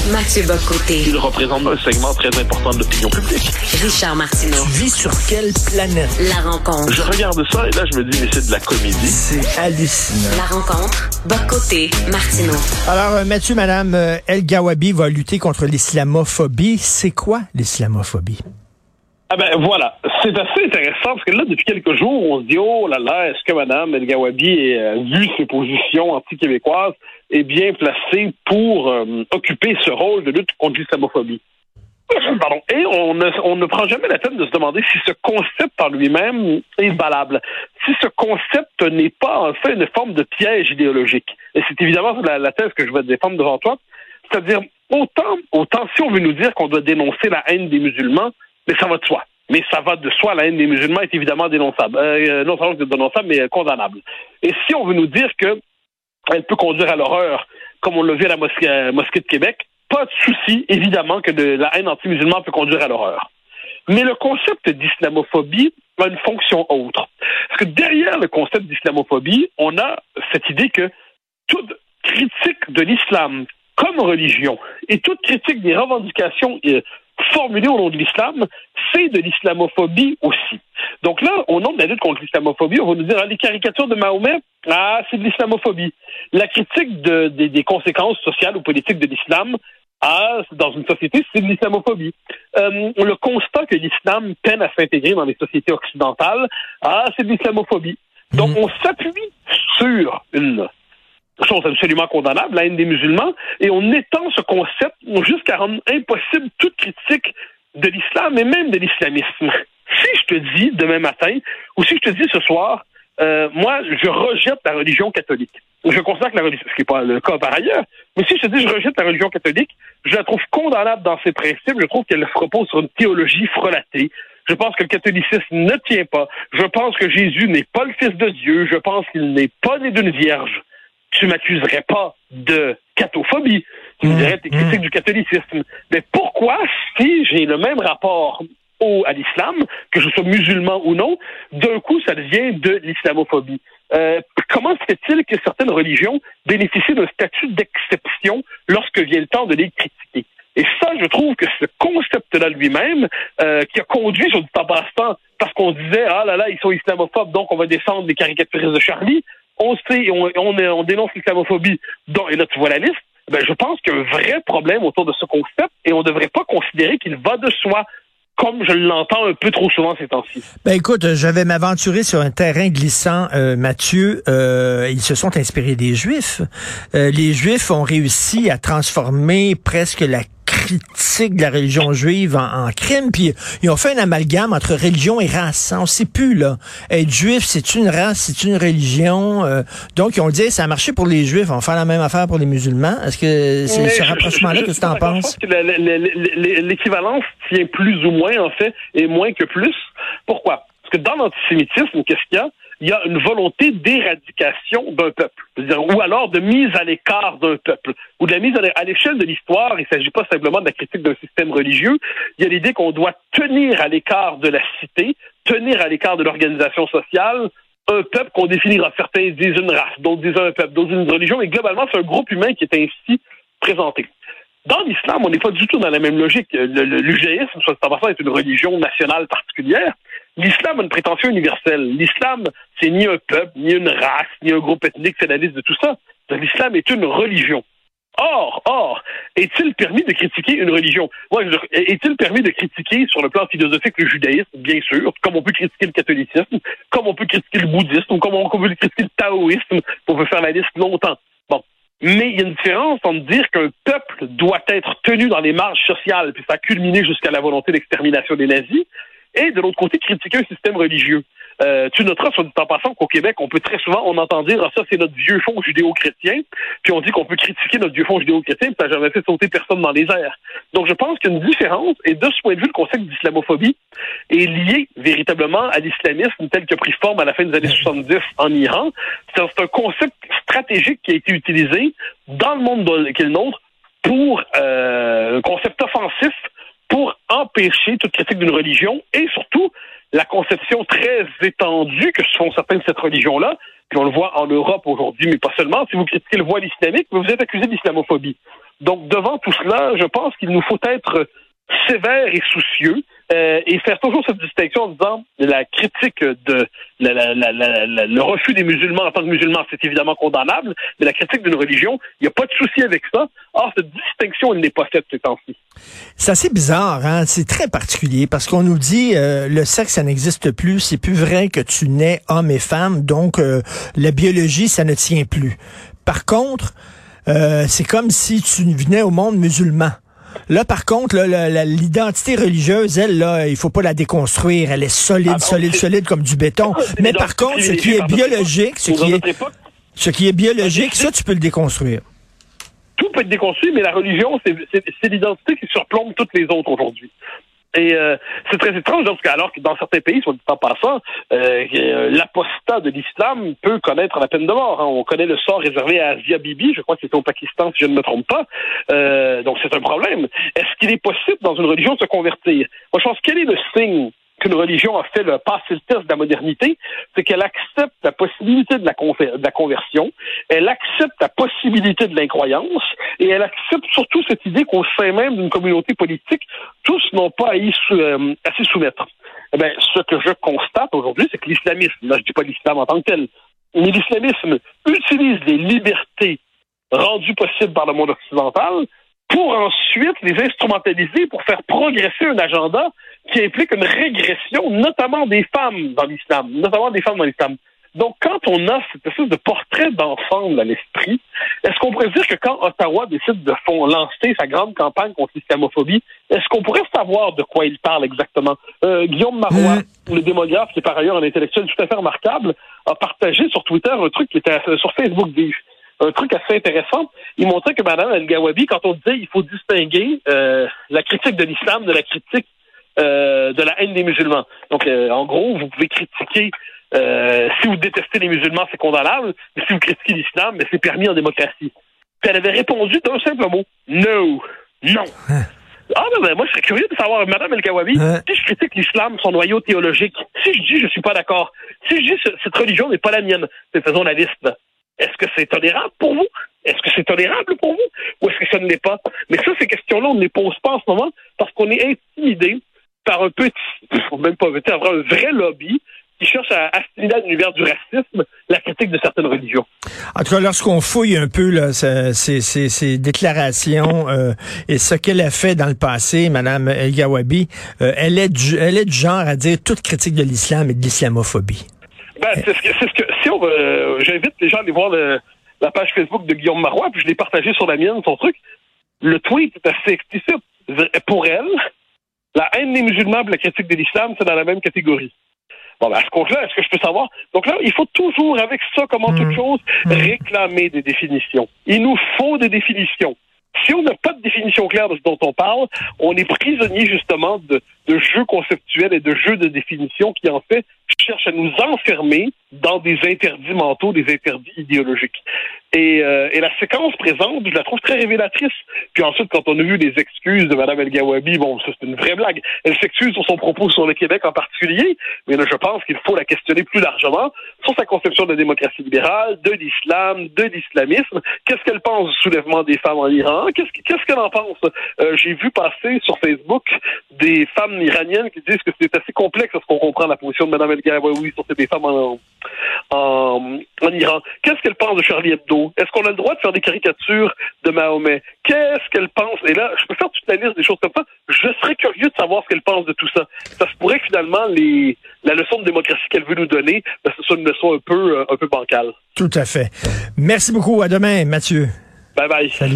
Mathieu Bock-Côté. Il représente un segment très important de l'opinion publique. Richard Martineau. Tu vis sur quelle planète? La rencontre. Je regarde ça et là, je me dis, mais c'est de la comédie. C'est hallucinant. La rencontre. Bock-Côté, Martineau. Alors, Mathieu, Madame El Gawabi va lutter contre l'islamophobie. C'est quoi l'islamophobie? Ah ben voilà, c'est assez intéressant parce que là, depuis quelques jours, on se dit, oh là là, est-ce que Mme El Gawabi, vu ses positions anti-québécoises, est bien placée pour occuper ce rôle de lutte contre l'islamophobie? Pardon. Et on ne prend jamais la peine de se demander si ce concept en lui-même est valable. Si ce concept n'est pas en fait une forme de piège idéologique. Et c'est évidemment la thèse que je vais défendre devant toi. C'est-à-dire, autant si on veut nous dire qu'on doit dénoncer la haine des musulmans, mais ça va de soi. Mais ça va de soi, la haine des musulmans est évidemment dénonçable. Non seulement dénonçable, mais condamnable. Et si on veut nous dire qu'elle peut conduire à l'horreur, comme on l'a vu à la mosquée de Québec, pas de souci, évidemment, que la haine anti-musulmane peut conduire à l'horreur. Mais le concept d'islamophobie a une fonction autre. Parce que derrière le concept d'islamophobie, on a cette idée que toute critique de l'islam comme religion et toute critique des revendications formulées au nom de l'islam, c'est de l'islamophobie aussi. Donc là, au nom de la lutte contre l'islamophobie, on va nous dire les caricatures de Mahomet, c'est de l'islamophobie. La critique des conséquences sociales ou politiques de l'islam, dans une société, c'est de l'islamophobie. Le constat que l'islam peine à s'intégrer dans les sociétés occidentales, c'est de l'islamophobie. Donc on s'appuie sur une chose absolument condamnable, la haine des musulmans, et on étend ce concept jusqu'à rendre impossible toute critique de l'islam et même de l'islamisme. Si je te dis demain matin, ou si je te dis ce soir, moi, je rejette la religion catholique. Je considère que la religion, ce qui n'est pas le cas par ailleurs, mais si je te dis je rejette la religion catholique, je la trouve condamnable dans ses principes, je trouve qu'elle repose sur une théologie frelatée. Je pense que le catholicisme ne tient pas. Je pense que Jésus n'est pas le Fils de Dieu. Je pense qu'il n'est pas né d'une vierge. Tu m'accuserais pas de cathophobie. Tu me dirais que tu es critique du catholicisme. Mais pourquoi, si j'ai le même rapport à l'islam, que je sois musulman ou non, d'un coup, ça devient de l'islamophobie? Comment se fait-il que certaines religions bénéficient d'un statut d'exception lorsque vient le temps de les critiquer? Et ça, je trouve que ce concept-là lui-même, qui a conduit, sur du temps passant, parce qu'on disait, ah là là, ils sont islamophobes, donc on va descendre des caricaturistes de Charlie. On sait, on dénonce l'islamophobie. Et là, tu vois la liste. Je pense qu'il y a un vrai problème autour de ce concept et on ne devrait pas considérer qu'il va de soi, comme je l'entends un peu trop souvent ces temps-ci. Écoute, je vais m'aventurer sur un terrain glissant, Mathieu. Ils se sont inspirés des Juifs. Les Juifs ont réussi à transformer presque la critique de la religion juive en crime, puis ils ont fait un amalgame entre religion et race. On ne sait plus, là. Être juif, c'est une race, c'est une religion. Donc, ils ont dit, ça a marché pour les Juifs, on va faire la même affaire pour les musulmans. Est-ce que c'est ce rapprochement-là que tu en penses? Je pense que l'équivalence tient plus ou moins, en fait, et moins que plus. Pourquoi? Parce que dans l'antisémitisme, qu'est-ce qu'il y a? Il y a une volonté d'éradication d'un peuple, ou alors de mise à l'écart d'un peuple, ou de la mise à l'échelle de l'histoire. Il ne s'agit pas simplement de la critique d'un système religieux. Il y a l'idée qu'on doit tenir à l'écart de la cité, tenir à l'écart de l'organisation sociale, un peuple qu'on définira. Certains disent une race, d'autres disent un peuple, d'autres disent une religion, et globalement, c'est un groupe humain qui est ainsi présenté. Dans l'islam, on n'est pas du tout dans la même logique. L'ujaïsme, soit en passant, est une religion nationale particulière. L'islam a une prétention universelle. L'islam, c'est ni un peuple, ni une race, ni un groupe ethnique, c'est la liste de tout ça. L'islam est une religion. Or, est-il permis de critiquer une religion? Est-il permis de critiquer sur le plan philosophique le judaïsme? Bien sûr, comme on peut critiquer le catholicisme, comme on peut critiquer le bouddhisme, ou comme on peut critiquer le taoïsme, on peut faire la liste longtemps. Mais il y a une différence entre dire qu'un peuple doit être tenu dans les marges sociales, puis ça a culminé jusqu'à la volonté d'extermination des nazis, et de l'autre côté, critiquer un système religieux. Tu noteras, soit dit en passant, qu'au Québec, on entend dire, ça c'est notre vieux fond judéo-chrétien, puis on dit qu'on peut critiquer notre vieux fond judéo-chrétien, puis ça n'a jamais fait sauter personne dans les airs. Donc je pense qu'il y a une différence, et de ce point de vue, le concept d'islamophobie est lié véritablement à l'islamisme tel qu'il a pris forme à la fin des années 70 en Iran. C'est un concept stratégique qui a été utilisé dans le monde qui est le nôtre pour un concept offensif pour empêcher toute critique d'une religion et surtout la conception très étendue que se font certains de cette religion-là, puis on le voit en Europe aujourd'hui, mais pas seulement. Si vous critiquez le voile islamique, vous êtes accusé d'islamophobie. Donc, devant tout cela, je pense qu'il nous faut être sévère et soucieux et faire toujours cette distinction en disant la critique de le refus des musulmans en tant que musulmans, c'est évidemment condamnable, mais la critique d'une religion, il n'y a pas de souci avec ça. Or, cette distinction, elle n'est pas faite ces temps-ci. C'est assez bizarre, hein? C'est très particulier parce qu'on nous dit le sexe, ça n'existe plus, c'est plus vrai que tu nais homme et femme, donc la biologie, ça ne tient plus. Par contre, c'est comme si tu venais au monde musulman. Là, par contre, là, l'identité religieuse, elle, là, il faut pas la déconstruire. Elle est solide, solide comme du béton. Mais par contre, ce qui est biologique, ce qui est biologique, ça, tu peux le déconstruire. Tout peut être déconstruit, mais la religion, c'est l'identité qui surplombe toutes les autres aujourd'hui. Et c'est très étrange, parce alors que dans certains pays, soit dit en passant, l'apostat de l'islam peut connaître la peine de mort. Hein. On connaît le sort réservé à Asia Bibi, je crois que c'était au Pakistan, si je ne me trompe pas. Donc c'est un problème. Est-ce qu'il est possible dans une religion de se convertir? Moi, je pense quel est le signe qu'une religion a fait passer le test de la modernité, c'est qu'elle accepte la possibilité de la conversion, elle accepte la possibilité de l'incroyance, et elle accepte surtout cette idée qu'au sein même d'une communauté politique, tous n'ont pas à s'y soumettre. Eh bien, ce que je constate aujourd'hui, c'est que l'islamisme, là je dis pas l'islam en tant que tel, mais l'islamisme utilise les libertés rendues possibles par le monde occidental pour ensuite les instrumentaliser pour faire progresser un agenda qui implique une régression, notamment des femmes dans l'islam. Donc, quand on a cette espèce de portrait d'ensemble à l'esprit, est-ce qu'on pourrait dire que quand Ottawa décide de lancer sa grande campagne contre l'islamophobie, est-ce qu'on pourrait savoir de quoi il parle exactement? Guillaume Marois, le démographe, qui est par ailleurs un intellectuel tout à fait remarquable, a partagé sur Twitter un truc qui était sur Facebook Vive. Un truc assez intéressant. Il montrait que Mme El-Gawabi, quand on disait il faut distinguer la critique de l'islam de la critique de la haine des musulmans. Donc, en gros, vous pouvez critiquer si vous détestez les musulmans, c'est condamnable, mais si vous critiquez l'islam, c'est permis en démocratie. Puis elle avait répondu d'un simple mot. No. Non. Ah, ben, moi, je serais curieux de savoir, Mme El-Gawabi, si je critique l'islam, son noyau théologique, si je dis je suis pas d'accord, si je dis cette religion n'est pas la mienne, faisons la liste, là. Est-ce que c'est tolérable pour vous? Est-ce que c'est tolérable pour vous? Ou est-ce que ça ne l'est pas? Mais ça, ces questions-là, on ne les pose pas en ce moment parce qu'on est intimidé par un vrai lobby qui cherche à assimiler à l'univers du racisme la critique de certaines religions. En tout cas, lorsqu'on fouille un peu là, ces déclarations et ce qu'elle a fait dans le passé, Mme El-Gawabi, elle est du genre à dire toute critique de l'islam et de l'islamophobie. J'invite les gens à aller voir la page Facebook de Guillaume Marois, puis je l'ai partagé sur la mienne, son truc. Le tweet est assez explicite. Pour elle, la haine des musulmans et la critique de l'islam, c'est dans la même catégorie. Bon, à ce compte-là, est-ce que je peux savoir? Donc là, il faut toujours, avec ça, comme en toute chose, réclamer des définitions. Il nous faut des définitions. Si on n'a pas de définition claire de ce dont on parle, on est prisonnier justement de jeux conceptuels et de jeux de définition qui en fait cherchent à nous enfermer dans des interdits mentaux, des interdits idéologiques. Et la séquence présente, je la trouve très révélatrice. Puis ensuite, quand on a vu les excuses de Mme El-Gawabi, bon, ça c'est une vraie blague. Elle s'excuse sur son propos sur le Québec en particulier, mais là, je pense qu'il faut la questionner plus largement sur sa conception de la démocratie libérale, de l'islam, de l'islamisme. Qu'est-ce qu'elle pense du soulèvement des femmes en Iran? Qu'est-ce qu'elle en pense? J'ai vu passer sur Facebook des femmes iraniennes qui disent que c'est assez complexe à ce qu'on comprend la position de Mme El-Gawabi sur ces femmes en Iran. Qu'est-ce qu'elle pense de Charlie Hebdo? Est-ce qu'on a le droit de faire des caricatures de Mahomet? Qu'est-ce qu'elle pense? Et là, je peux faire toute la liste des choses comme ça. Je serais curieux de savoir ce qu'elle pense de tout ça. Ça se pourrait que finalement, la leçon de démocratie qu'elle veut nous donner, ce soit une leçon un peu bancale. Tout à fait. Merci beaucoup. À demain, Mathieu. Bye bye. Salut.